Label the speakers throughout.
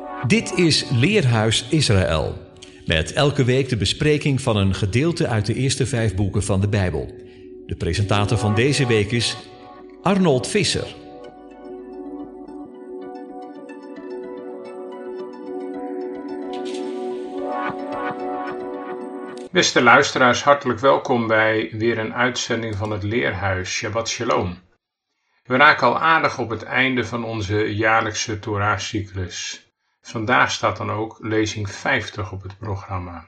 Speaker 1: Dit is Leerhuis Israël, met elke week de bespreking van een gedeelte uit de eerste 5 boeken van de Bijbel. De presentator van deze week is Arnold Visser.
Speaker 2: Beste luisteraars, hartelijk welkom bij weer een uitzending van het Leerhuis. Shabbat Shalom. We raken al aardig op het einde van onze jaarlijkse Torah-cyclus. Vandaag staat dan ook lezing 50 op het programma.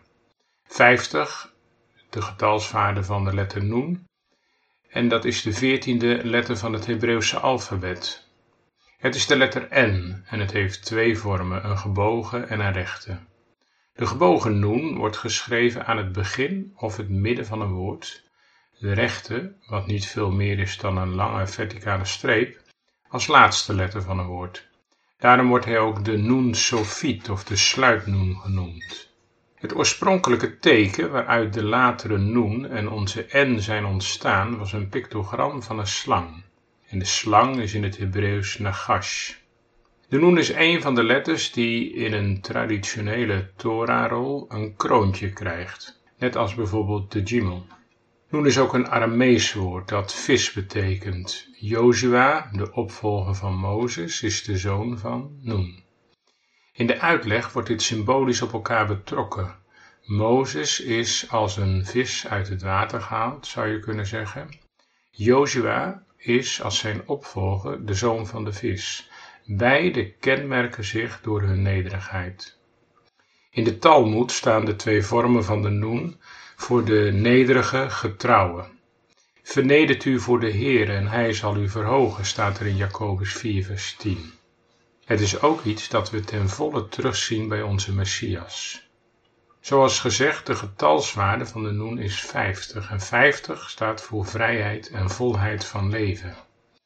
Speaker 2: 50, de getalswaarde van de letter Nun. En dat is de 14e letter van het Hebreeuwse alfabet. Het is de letter N en het heeft 2 vormen, een gebogen en een rechte. De gebogen Nun wordt geschreven aan het begin of het midden van een woord. De rechte, wat niet veel meer is dan een lange verticale streep, als laatste letter van een woord. Daarom wordt hij ook de Nun Sofiet of de sluitnoen genoemd. Het oorspronkelijke teken waaruit de latere Nun en onze N zijn ontstaan was een pictogram van een slang. En de slang is in het Hebreeuws nagash. De Nun is een van de letters die in een traditionele Torahrol een kroontje krijgt, net als bijvoorbeeld de Gimel. Nun is ook een Aramees woord dat vis betekent. Jozua, de opvolger van Mozes, is de zoon van Nun. In de uitleg wordt dit symbolisch op elkaar betrokken. Mozes is als een vis uit het water gehaald, zou je kunnen zeggen. Jozua is als zijn opvolger de zoon van de vis. Beide kenmerken zich door hun nederigheid. In de Talmoed staan de 2 vormen van de Nun voor de nederige getrouwe. Vernedert u voor de Heere en hij zal u verhogen, staat er in Jacobus 4 vers 10. Het is ook iets dat we ten volle terugzien bij onze Messias. Zoals gezegd, de getalswaarde van de Nun is 50 en 50 staat voor vrijheid en volheid van leven.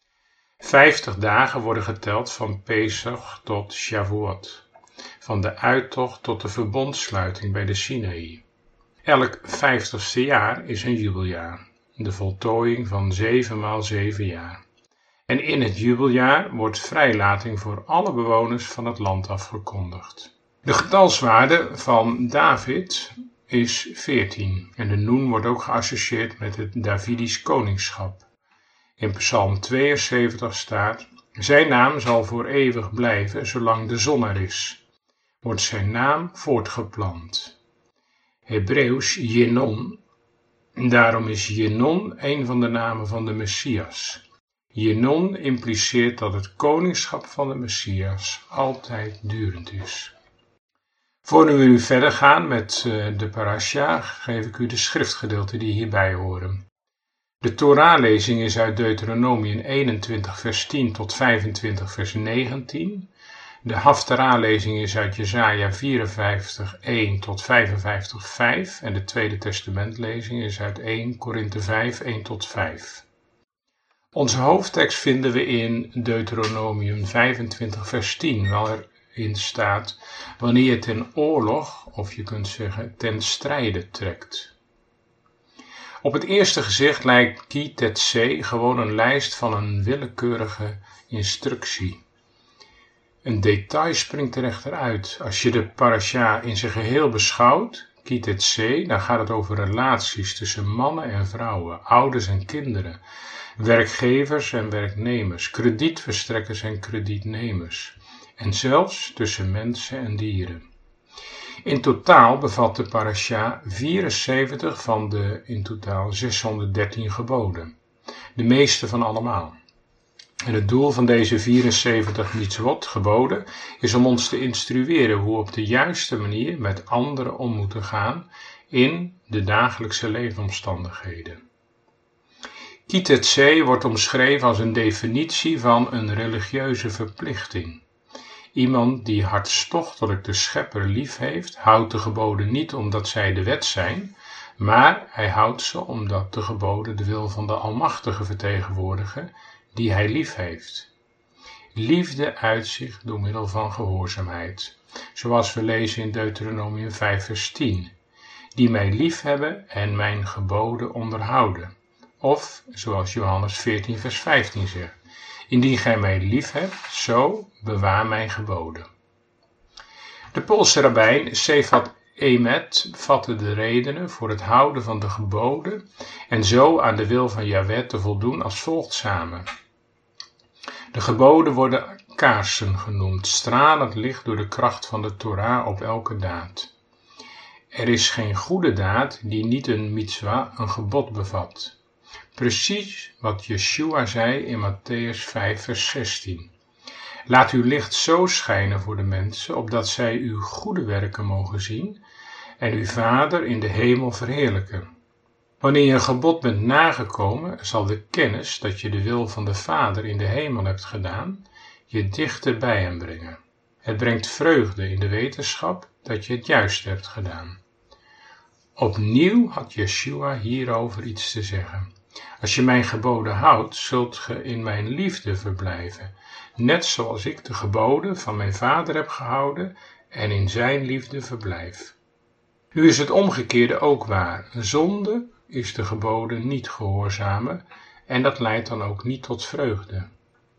Speaker 2: 50 dagen worden geteld van Pesach tot Shavuot, van de uittocht tot de verbondsluiting bij de Sinaï. Elk 50ste jaar is een jubeljaar, de voltooiing van 7 maal 7 jaar. En in het jubeljaar wordt vrijlating voor alle bewoners van het land afgekondigd. De getalswaarde van David is 14 en de Nun wordt ook geassocieerd met het Davidisch koningschap. In Psalm 72 staat: zijn naam zal voor eeuwig blijven zolang de zon er is. Wordt zijn naam voortgeplant. Hebreeuws Jenon. Daarom is Jenon een van de namen van de Messias. Jenon impliceert dat het koningschap van de Messias altijd durend is. Voor we nu verder gaan met de parasha, geef ik u de schriftgedeelten die hierbij horen. De Torah-lezing is uit Deuteronomium 21 vers 10 tot 25 vers 19. De Haftarah-lezing is uit Jesaja 54 1 tot 55 5 en de Tweede Testamentlezing is uit 1 Korinthe 5 1 tot 5. Onze hoofdtekst vinden we in Deuteronomium 25 vers 10, waarin staat: wanneer je ten oorlog, of je kunt zeggen ten strijde trekt. Op het eerste gezicht lijkt Ki Tetse gewoon een lijst van een willekeurige instructie. Een detail springt er echter uit. Als je de parasha in zijn geheel beschouwt, Ki Tetse, dan gaat het over relaties tussen mannen en vrouwen, ouders en kinderen, werkgevers en werknemers, kredietverstrekkers en kredietnemers, en zelfs tussen mensen en dieren. In totaal bevat de parasha 74 van de in totaal 613 geboden, de meeste van allemaal. En het doel van deze 74 mitzvot, geboden, is om ons te instrueren hoe we op de juiste manier met anderen om moeten gaan in de dagelijkse leefomstandigheden. Ki Tetse wordt omschreven als een definitie van een religieuze verplichting. Iemand die hartstochtelijk de Schepper lief heeft, houdt de geboden niet omdat zij de wet zijn, maar hij houdt ze omdat de geboden de wil van de Almachtige vertegenwoordigen, die hij lief heeft. Liefde uit zich door middel van gehoorzaamheid, zoals we lezen in Deuteronomium 5 vers 10. Die mij lief hebben en mijn geboden onderhouden. Of, zoals Johannes 14 vers 15 zegt, indien gij mij lief hebt, zo bewaar mijn geboden. De Poolse rabbijn Sefat Emet vatte de redenen voor het houden van de geboden en zo aan de wil van Jahweh te voldoen als volgt samen. De geboden worden kaarsen genoemd, stralend licht door de kracht van de Torah op elke daad. Er is geen goede daad die niet een mitzwa, een gebod bevat. Precies wat Yeshua zei in Matthäus 5 vers 16. Laat uw licht zo schijnen voor de mensen, opdat zij uw goede werken mogen zien en uw Vader in de hemel verheerlijken. Wanneer je een gebod bent nagekomen, zal de kennis dat je de wil van de Vader in de hemel hebt gedaan, je dichter bij hem brengen. Het brengt vreugde in de wetenschap dat je het juist hebt gedaan. Opnieuw had Yeshua hierover iets te zeggen. Als je mijn geboden houdt, zult ge in mijn liefde verblijven, net zoals ik de geboden van mijn Vader heb gehouden en in zijn liefde verblijf. Nu is het omgekeerde ook waar. Zonde is de geboden niet gehoorzamen en dat leidt dan ook niet tot vreugde.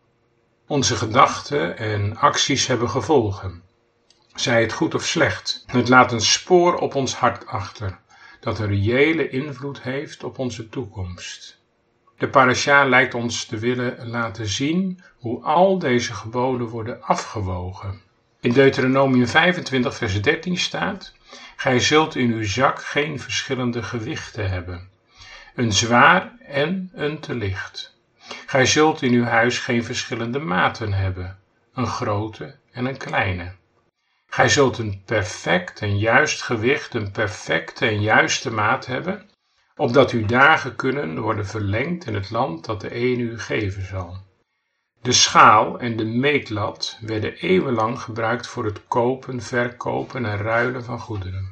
Speaker 2: Onze gedachten en acties hebben gevolgen. Zij het goed of slecht. Het laat een spoor op ons hart achter, dat een reële invloed heeft op onze toekomst. De parasha lijkt ons te willen laten zien hoe al deze geboden worden afgewogen. In Deuteronomium 25 vers 13 staat: Gij zult in uw zak geen verschillende gewichten hebben, een zwaar en een te licht. Gij zult in uw huis geen verschillende maten hebben, een grote en een kleine. Gij zult een perfect en juist gewicht, een perfecte en juiste maat hebben, opdat uw dagen kunnen worden verlengd in het land dat de Een u geven zal. De schaal en de meetlat werden eeuwenlang gebruikt voor het kopen, verkopen en ruilen van goederen.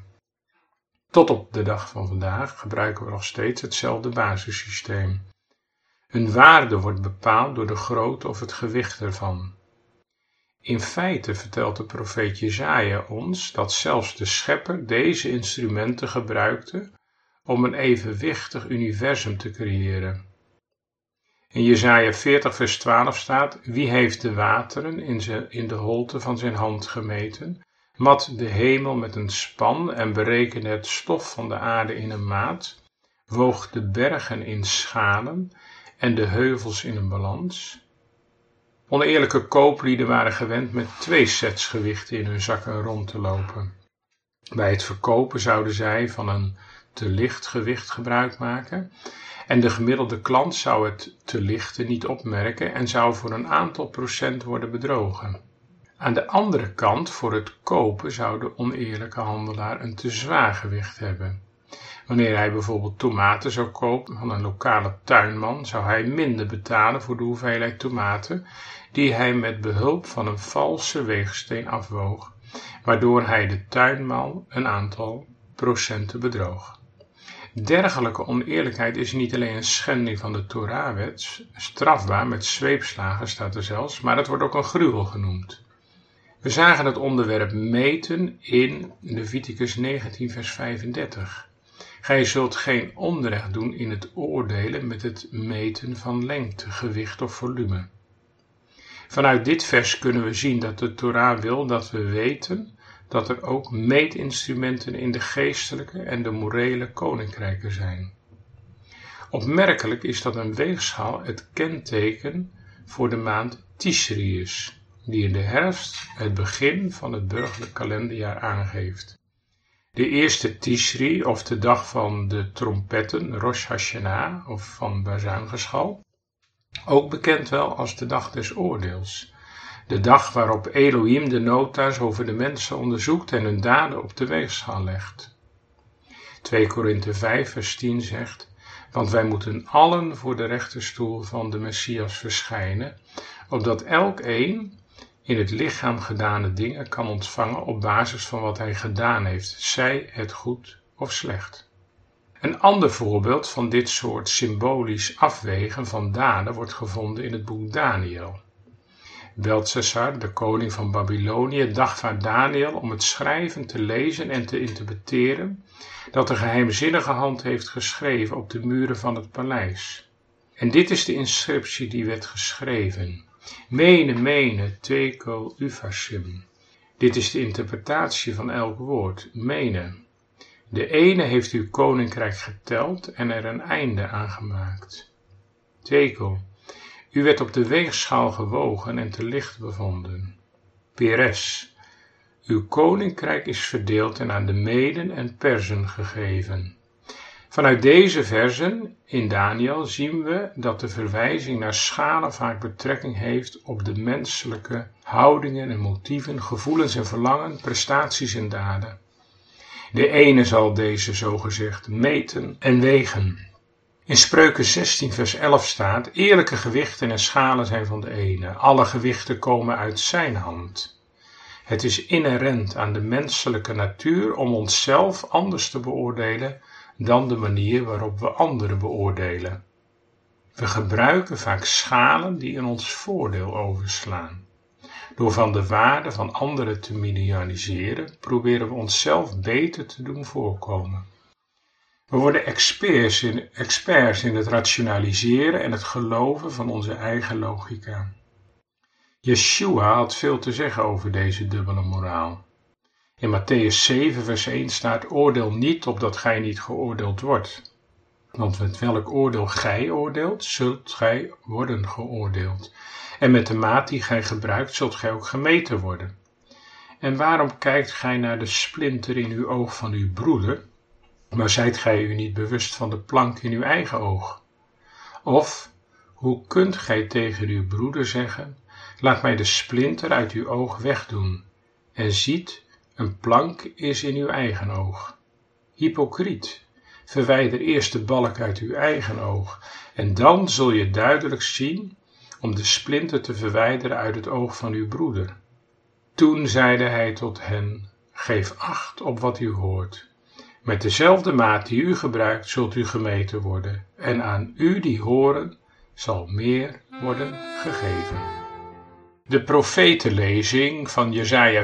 Speaker 2: Tot op de dag van vandaag gebruiken we nog steeds hetzelfde basissysteem. Een waarde wordt bepaald door de grootte of het gewicht ervan. In feite vertelt de profeet Jesaja ons dat zelfs de schepper deze instrumenten gebruikte om een evenwichtig universum te creëren. In Jesaja 40 vers 12 staat: Wie heeft de wateren in de holte van zijn hand gemeten, mat de hemel met een span en berekende het stof van de aarde in een maat, woog de bergen in schalen en de heuvels in een balans? Oneerlijke kooplieden waren gewend met 2 sets gewichten in hun zakken rond te lopen. Bij het verkopen zouden zij van een te licht gewicht gebruik maken en de gemiddelde klant zou het te lichte niet opmerken en zou voor een aantal procent worden bedrogen. Aan de andere kant, voor het kopen, zou de oneerlijke handelaar een te zwaar gewicht hebben. Wanneer hij bijvoorbeeld tomaten zou kopen van een lokale tuinman, zou hij minder betalen voor de hoeveelheid tomaten die hij met behulp van een valse weegsteen afwoog, waardoor hij de tuinman een aantal procenten bedroog. Dergelijke oneerlijkheid is niet alleen een schending van de Torah-wet, strafbaar met zweepslagen staat er zelfs, maar het wordt ook een gruwel genoemd. We zagen het onderwerp meten in Leviticus 19 vers 35. Gij zult geen onrecht doen in het oordelen met het meten van lengte, gewicht of volume. Vanuit dit vers kunnen we zien dat de Torah wil dat we weten dat er ook meetinstrumenten in de geestelijke en de morele koninkrijken zijn. Opmerkelijk is dat een weegschaal het kenteken voor de maand Tishri is, die in de herfst het begin van het burgerlijk kalenderjaar aangeeft. De eerste Tishri, of de dag van de trompetten, Rosh Hashanah, of van bazuingeschal, ook bekend wel als de dag des oordeels, de dag waarop Elohim de nota's over de mensen onderzoekt en hun daden op de weegschaal legt. 2 Korinthe 5 vers 10 zegt: Want wij moeten allen voor de rechterstoel van de Messias verschijnen, opdat elkeen in het lichaam gedane dingen kan ontvangen op basis van wat hij gedaan heeft, zij het goed of slecht. Een ander voorbeeld van dit soort symbolisch afwegen van daden wordt gevonden in het boek Daniel. Belteshazzar, de koning van Babylonië, dagvaardt Daniel om het schrijven te lezen en te interpreteren dat de geheimzinnige hand heeft geschreven op de muren van het paleis. En dit is de inscriptie die werd geschreven: Mene, mene, tekel, ufarsim. Dit is de interpretatie van elk woord, menen. De ene heeft uw koninkrijk geteld en er een einde aan gemaakt. Tekel, u werd op de weegschaal gewogen en te licht bevonden. Peres, uw koninkrijk is verdeeld en aan de Meden en Perzen gegeven. Vanuit deze versen in Daniel zien we dat de verwijzing naar schalen vaak betrekking heeft op de menselijke houdingen en motieven, gevoelens en verlangen, prestaties en daden. De ene zal deze zogezegd meten en wegen. In Spreuken 16 vers 11 staat, eerlijke gewichten en schalen zijn van de ene, alle gewichten komen uit zijn hand. Het is inherent aan de menselijke natuur om onszelf anders te beoordelen dan de manier waarop we anderen beoordelen. We gebruiken vaak schalen die in ons voordeel overslaan. Door van de waarde van anderen te minimaliseren, proberen we onszelf beter te doen voorkomen. We worden experts in het rationaliseren en het geloven van onze eigen logica. Yeshua had veel te zeggen over deze dubbele moraal. In Matthäus 7 vers 1 staat, oordeel niet opdat gij niet geoordeeld wordt. Want met welk oordeel gij oordeelt, zult gij worden geoordeeld. En met de maat die gij gebruikt, zult gij ook gemeten worden. En waarom kijkt gij naar de splinter in uw oog van uw broeder, maar zijt gij u niet bewust van de plank in uw eigen oog? Of, hoe kunt gij tegen uw broeder zeggen, laat mij de splinter uit uw oog wegdoen, en ziet, een plank is in uw eigen oog. Hypocriet, verwijder eerst de balk uit uw eigen oog, en dan zul je duidelijk zien om de splinter te verwijderen uit het oog van uw broeder. Toen zeide hij tot hen, geef acht op wat u hoort. Met dezelfde maat die u gebruikt, zult u gemeten worden, en aan u die horen, zal meer worden gegeven. De profetenlezing van Jesaja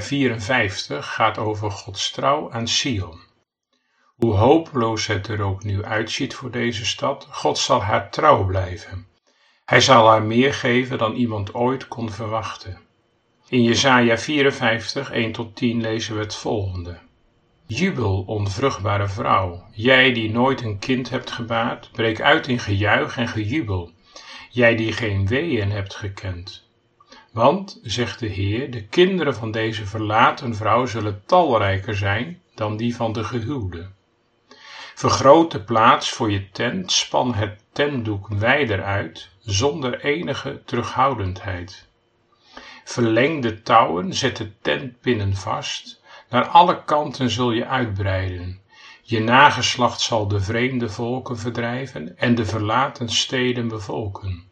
Speaker 2: 54 gaat over Gods trouw aan Sion. Hoe hopeloos het er ook nu uitziet voor deze stad, God zal haar trouw blijven. Hij zal haar meer geven dan iemand ooit kon verwachten. In Jesaja 54, 1-10 lezen we het volgende. Jubel, onvruchtbare vrouw, jij die nooit een kind hebt gebaard, breek uit in gejuich en gejubel, jij die geen weeën hebt gekend. Want, zegt de Heer, de kinderen van deze verlaten vrouw zullen talrijker zijn dan die van de gehuwde. Vergroot de plaats voor je tent, span het tentdoek wijder uit, zonder enige terughoudendheid. Verleng de touwen, zet de tentpinnen vast, naar alle kanten zul je uitbreiden. Je nageslacht zal de vreemde volken verdrijven en de verlaten steden bevolken.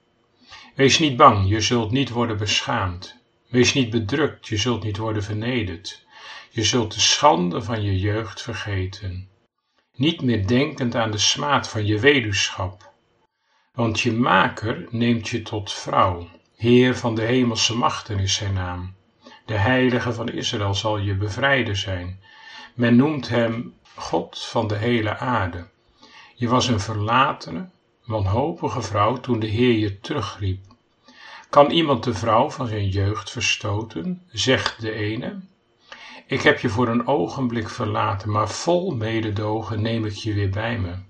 Speaker 2: Wees niet bang, je zult niet worden beschaamd. Wees niet bedrukt, je zult niet worden vernederd. Je zult de schande van je jeugd vergeten. Niet meer denkend aan de smaad van je weduwschap. Want je maker neemt je tot vrouw. Heer van de hemelse machten is zijn naam. De heilige van Israël zal je bevrijder zijn. Men noemt hem God van de hele aarde. Je was een verlatene, wanhopige vrouw toen de Heer je terugriep. Kan iemand de vrouw van zijn jeugd verstoten, zegt de ene. Ik heb je voor een ogenblik verlaten, maar vol mededogen neem ik je weer bij me.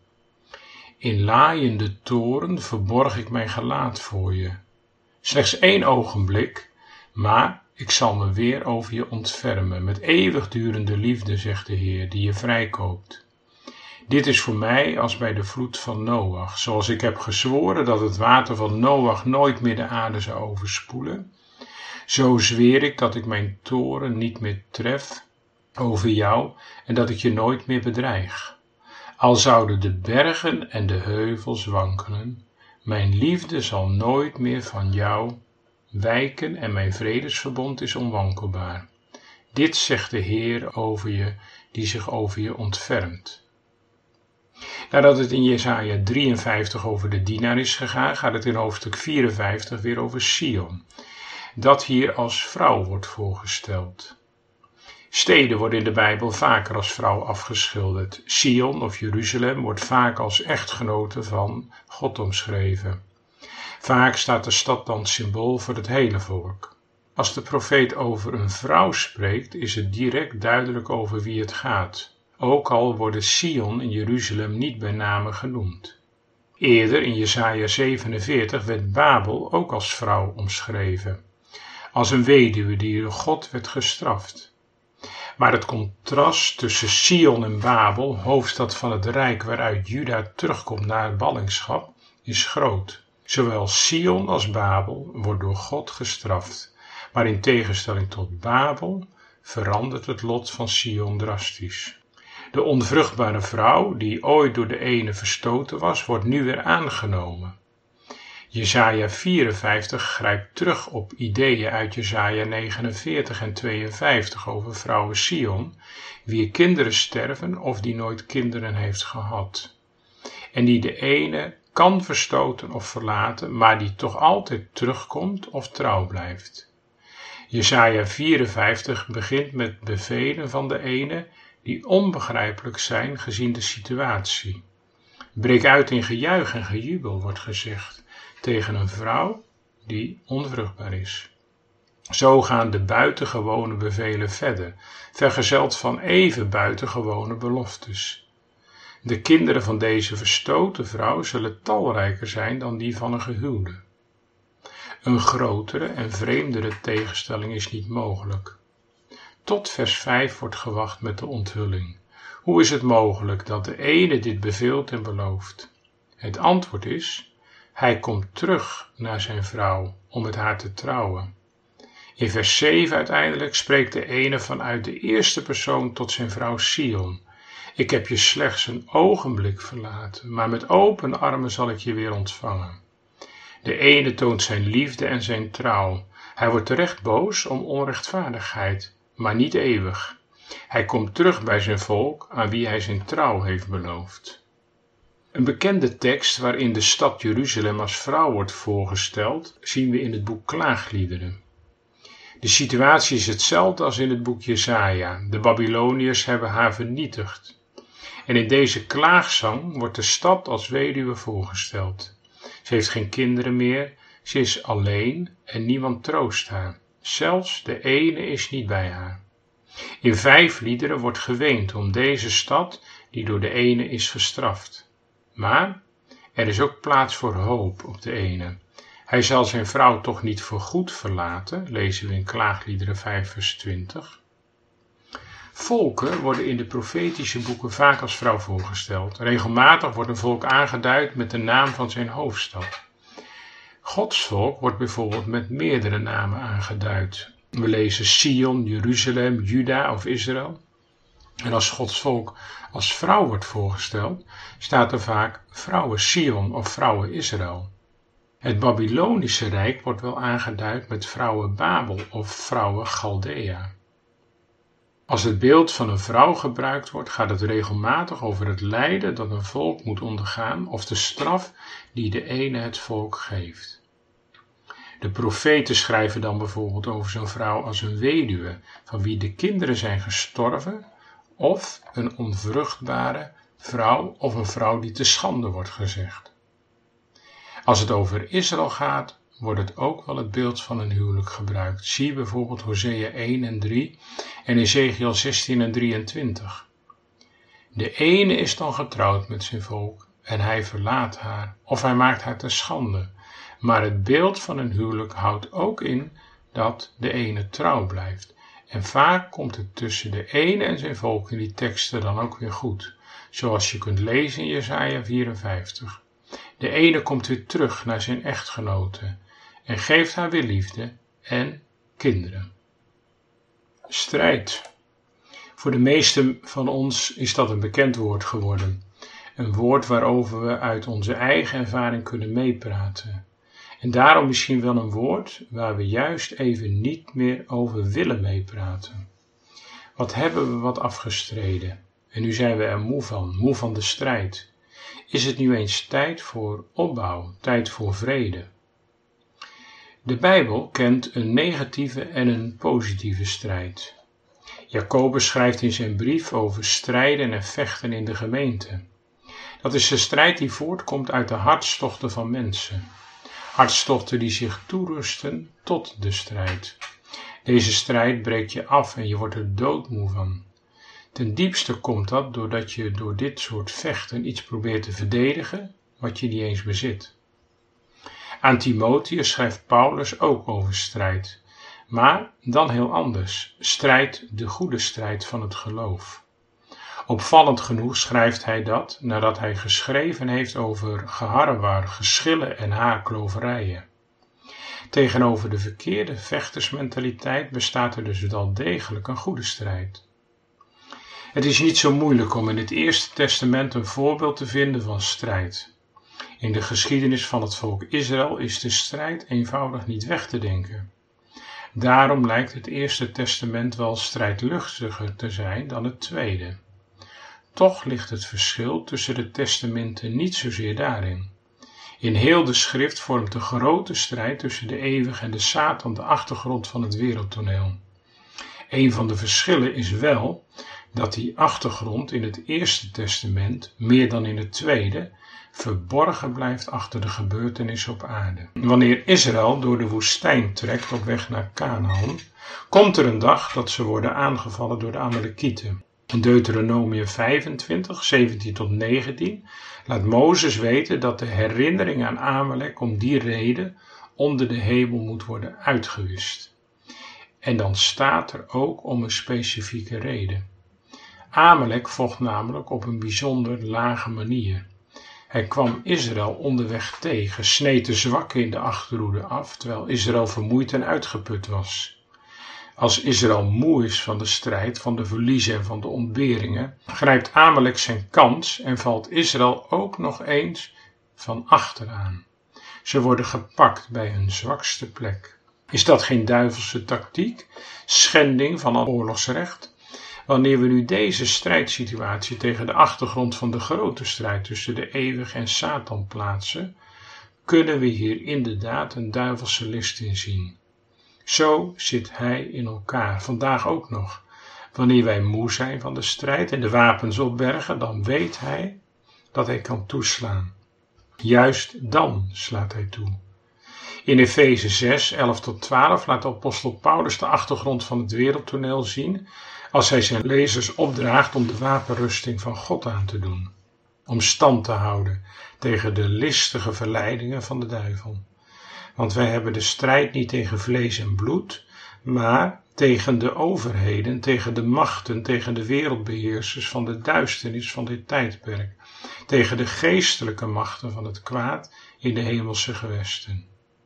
Speaker 2: In laaiende toren verborg ik mijn gelaat voor je. Slechts 1 ogenblik, maar ik zal me weer over je ontfermen, met eeuwigdurende liefde, zegt de Heer, die je vrijkoopt. Dit is voor mij als bij de vloed van Noach, zoals ik heb gezworen dat het water van Noach nooit meer de aarde zou overspoelen. Zo zweer ik dat ik mijn toren niet meer tref over jou en dat ik je nooit meer bedreig. Al zouden de bergen en de heuvels wankelen, mijn liefde zal nooit meer van jou wijken en mijn vredesverbond is onwankelbaar. Dit zegt de Heer over je, die zich over je ontfermt. Nadat het in Jesaja 53 over de dienaar is gegaan, gaat het in hoofdstuk 54 weer over Sion, dat hier als vrouw wordt voorgesteld. Steden worden in de Bijbel vaker als vrouw afgeschilderd. Sion of Jeruzalem wordt vaak als echtgenote van God omschreven. Vaak staat de stad dan symbool voor het hele volk. Als de profeet over een vrouw spreekt, is het direct duidelijk over wie het gaat, ook al worden Sion en Jeruzalem niet bij name genoemd. Eerder in Jesaja 47 werd Babel ook als vrouw omschreven, als een weduwe die door God werd gestraft. Maar het contrast tussen Sion en Babel, hoofdstad van het rijk waaruit Juda terugkomt na het ballingschap, is groot. Zowel Sion als Babel wordt door God gestraft, maar in tegenstelling tot Babel verandert het lot van Sion drastisch. De onvruchtbare vrouw, die ooit door de ene verstoten was, wordt nu weer aangenomen. Jesaja 54 grijpt terug op ideeën uit Jesaja 49 en 52 over vrouwen Sion, wier kinderen sterven of die nooit kinderen heeft gehad. En die de ene kan verstoten of verlaten, maar die toch altijd terugkomt of trouw blijft. Jesaja 54 begint met bevelen van de ene die onbegrijpelijk zijn gezien de situatie. Breek uit in gejuich en gejubel, wordt gezegd, tegen een vrouw die onvruchtbaar is. Zo gaan de buitengewone bevelen verder, vergezeld van even buitengewone beloftes. De kinderen van deze verstoten vrouw zullen talrijker zijn dan die van een gehuwde. Een grotere en vreemdere tegenstelling is niet mogelijk. Tot vers 5 wordt gewacht met de onthulling. Hoe is het mogelijk dat de ene dit beveelt en belooft? Het antwoord is: hij komt terug naar zijn vrouw om met haar te trouwen. In vers 7 uiteindelijk spreekt de ene vanuit de eerste persoon tot zijn vrouw Sion. Ik heb je slechts een ogenblik verlaten, maar met open armen zal ik je weer ontvangen. De ene toont zijn liefde en zijn trouw. Hij wordt terecht boos om onrechtvaardigheid, maar niet eeuwig. Hij komt terug bij zijn volk aan wie hij zijn trouw heeft beloofd. Een bekende tekst waarin de stad Jeruzalem als vrouw wordt voorgesteld, zien we in het boek Klaagliederen. De situatie is hetzelfde als in het boek Jesaja. De Babyloniërs hebben haar vernietigd. En in deze klaagzang wordt de stad als weduwe voorgesteld. Ze heeft geen kinderen meer, ze is alleen en niemand troost haar. Zelfs de ene is niet bij haar. In 5 liederen wordt geweend om deze stad die door de ene is gestraft. Maar er is ook plaats voor hoop op de ene. Hij zal zijn vrouw toch niet voorgoed verlaten, lezen we in Klaagliederen 5 vers 20. Volken worden in de profetische boeken vaak als vrouw voorgesteld. Regelmatig wordt een volk aangeduid met de naam van zijn hoofdstad. Gods volk wordt bijvoorbeeld met meerdere namen aangeduid. We lezen Sion, Jeruzalem, Juda of Israël. En als Gods volk als vrouw wordt voorgesteld, staat er vaak vrouwen Sion of vrouwen Israël. Het Babylonische Rijk wordt wel aangeduid met vrouwen Babel of vrouwen Chaldea. Als het beeld van een vrouw gebruikt wordt, gaat het regelmatig over het lijden dat een volk moet ondergaan of de straf die de ene het volk geeft. De profeten schrijven dan bijvoorbeeld over zo'n vrouw als een weduwe, van wie de kinderen zijn gestorven, of een onvruchtbare vrouw of een vrouw die te schande wordt gezegd. Als het over Israël gaat, wordt het ook wel het beeld van een huwelijk gebruikt. Zie bijvoorbeeld Hosea 1 en 3 en Ezekiel 16 en 23. De ene is dan getrouwd met zijn volk en hij verlaat haar, of hij maakt haar te schande. Maar het beeld van een huwelijk houdt ook in dat de ene trouw blijft. En vaak komt het tussen de ene en zijn volk in die teksten dan ook weer goed. Zoals je kunt lezen in Jesaja 54. De ene komt weer terug naar zijn echtgenote en geeft haar weer liefde en kinderen. Strijd. Voor de meesten van ons is dat een bekend woord geworden. Een woord waarover we uit onze eigen ervaring kunnen meepraten. En daarom misschien wel een woord waar we juist even niet meer over willen meepraten. Wat hebben we wat afgestreden? En nu zijn we er moe van de strijd. Is het nu eens tijd voor opbouw, tijd voor vrede? De Bijbel kent een negatieve en een positieve strijd. Jacobus schrijft in zijn brief over strijden en vechten in de gemeente. Dat is de strijd die voortkomt uit de hartstochten van mensen. Hartstochten die zich toerusten tot de strijd. Deze strijd breekt je af en je wordt er doodmoe van. Ten diepste komt dat doordat je door dit soort vechten iets probeert te verdedigen wat je niet eens bezit. Aan Timotheus schrijft Paulus ook over strijd, maar dan heel anders. Strijd de goede strijd van het geloof. Opvallend genoeg schrijft hij dat nadat hij geschreven heeft over geharrewar, geschillen en haarkloverijen. Tegenover de verkeerde vechtersmentaliteit bestaat er dus wel degelijk een goede strijd. Het is niet zo moeilijk om in het Eerste Testament een voorbeeld te vinden van strijd. In de geschiedenis van het volk Israël is de strijd eenvoudig niet weg te denken. Daarom lijkt het Eerste Testament wel strijdluchtiger te zijn dan het Tweede. Toch ligt het verschil tussen de testamenten niet zozeer daarin. In heel de schrift vormt de grote strijd tussen de eeuwige en de Satan de achtergrond van het wereldtoneel. Een van de verschillen is wel dat die achtergrond in het Eerste Testament, meer dan in het Tweede, verborgen blijft achter de gebeurtenissen op aarde. Wanneer Israël door de woestijn trekt op weg naar Kanaan, komt er een dag dat ze worden aangevallen door de Amalekieten. In Deuteronomium 25, 17 tot 19 laat Mozes weten dat de herinnering aan Amalek om die reden onder de hemel moet worden uitgewist. En dan staat er ook om een specifieke reden. Amalek vocht namelijk op een bijzonder lage manier. Hij kwam Israël onderweg tegen, sneed de zwakken in de achterhoede af, terwijl Israël vermoeid en uitgeput was. Als Israël moe is van de strijd, van de verliezen en van de ontberingen, grijpt Amalek zijn kans en valt Israël ook nog eens van achteraan. Ze worden gepakt bij hun zwakste plek. Is dat geen duivelse tactiek? Schending van al oorlogsrecht? Wanneer we nu deze strijdsituatie tegen de achtergrond van de grote strijd tussen de eeuwige en Satan plaatsen, kunnen we hier inderdaad een duivelse list in zien. Zo zit hij in elkaar, vandaag ook nog. Wanneer wij moe zijn van de strijd en de wapens opbergen, dan weet hij dat hij kan toeslaan. Juist dan slaat hij toe. In Efeze 6, 11 tot 12 laat de apostel Paulus de achtergrond van het wereldtoneel zien, als hij zijn lezers opdraagt om de wapenrusting van God aan te doen. Om stand te houden tegen de listige verleidingen van de duivel. Want wij hebben de strijd niet tegen vlees en bloed, maar tegen de overheden, tegen de machten, tegen de wereldbeheersers van de duisternis van dit tijdperk, tegen de geestelijke machten van het kwaad in de hemelse gewesten.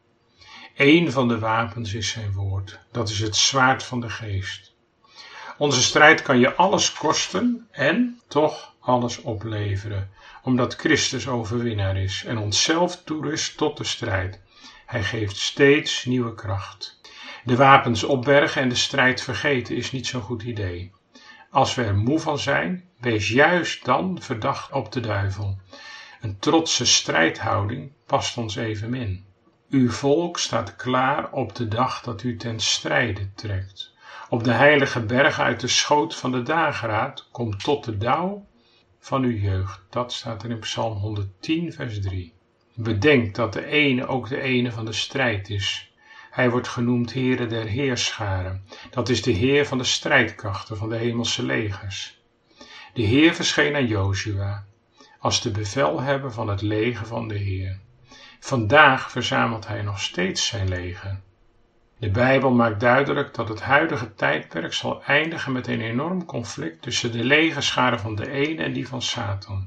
Speaker 2: Eén van de wapens is zijn woord, dat is het zwaard van de geest. Onze strijd kan je alles kosten en toch alles opleveren, omdat Christus overwinnaar is en onszelf toerust tot de strijd. Hij geeft steeds nieuwe kracht. De wapens opbergen en de strijd vergeten is niet zo'n goed idee. Als we er moe van zijn, wees juist dan verdacht op de duivel. Een trotse strijdhouding past ons evenmin. Uw volk staat klaar op de dag dat u ten strijde trekt. Op de heilige berg uit de schoot van de dageraad komt tot de dauw van uw jeugd. Dat staat er in Psalm 110 vers 3. Bedenk dat de ene ook de ene van de strijd is. Hij wordt genoemd Heere der Heerscharen. Dat is de Heer van de strijdkrachten van de hemelse legers. De Heer verscheen aan Jozua als de bevelhebber van het leger van de Heer. Vandaag verzamelt hij nog steeds zijn leger. De Bijbel maakt duidelijk dat het huidige tijdperk zal eindigen met een enorm conflict tussen de legerscharen van de ene en die van Satan.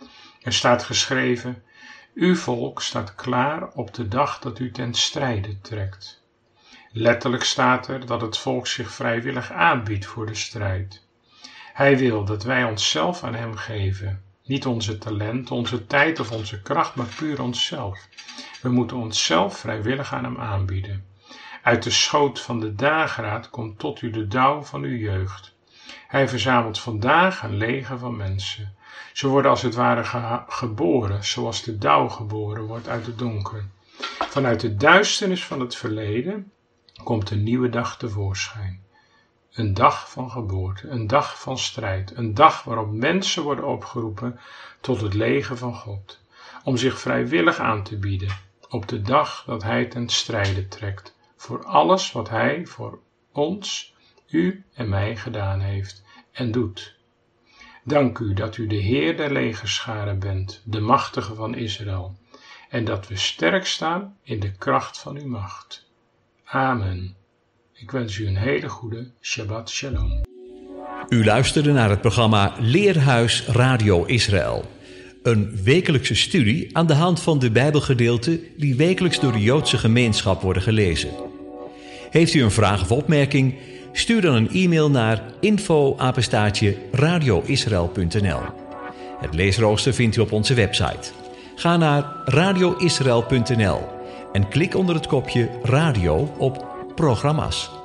Speaker 2: Er staat geschreven: uw volk staat klaar op de dag dat u ten strijde trekt. Letterlijk staat er dat het volk zich vrijwillig aanbiedt voor de strijd. Hij wil dat wij onszelf aan hem geven. Niet onze talent, onze tijd of onze kracht, maar puur onszelf. We moeten onszelf vrijwillig aan hem aanbieden. Uit de schoot van de dageraad komt tot u de dauw van uw jeugd. Hij verzamelt vandaag een leger van mensen. Ze worden als het ware geboren, zoals de dauw geboren wordt uit het donker. Vanuit de duisternis van het verleden komt een nieuwe dag tevoorschijn. Een dag van geboorte, een dag van strijd, een dag waarop mensen worden opgeroepen tot het leger van God, om zich vrijwillig aan te bieden op de dag dat hij ten strijde trekt, voor alles wat hij voor ons, u en mij gedaan heeft en doet. Dank u dat u de Heer der legerscharen bent, de machtige van Israël, en dat we sterk staan in de kracht van uw macht. Amen. Ik wens u een hele goede Shabbat Shalom.
Speaker 1: U luisterde naar het programma Leerhuis Radio Israël. Een wekelijkse studie aan de hand van de Bijbelgedeelten die wekelijks door de Joodse gemeenschap worden gelezen. Heeft u een vraag of opmerking? Stuur dan een e-mail naar info@radioisrael.nl. Het leesrooster vindt u op onze website. Ga naar radioisrael.nl en klik onder het kopje Radio op Programma's.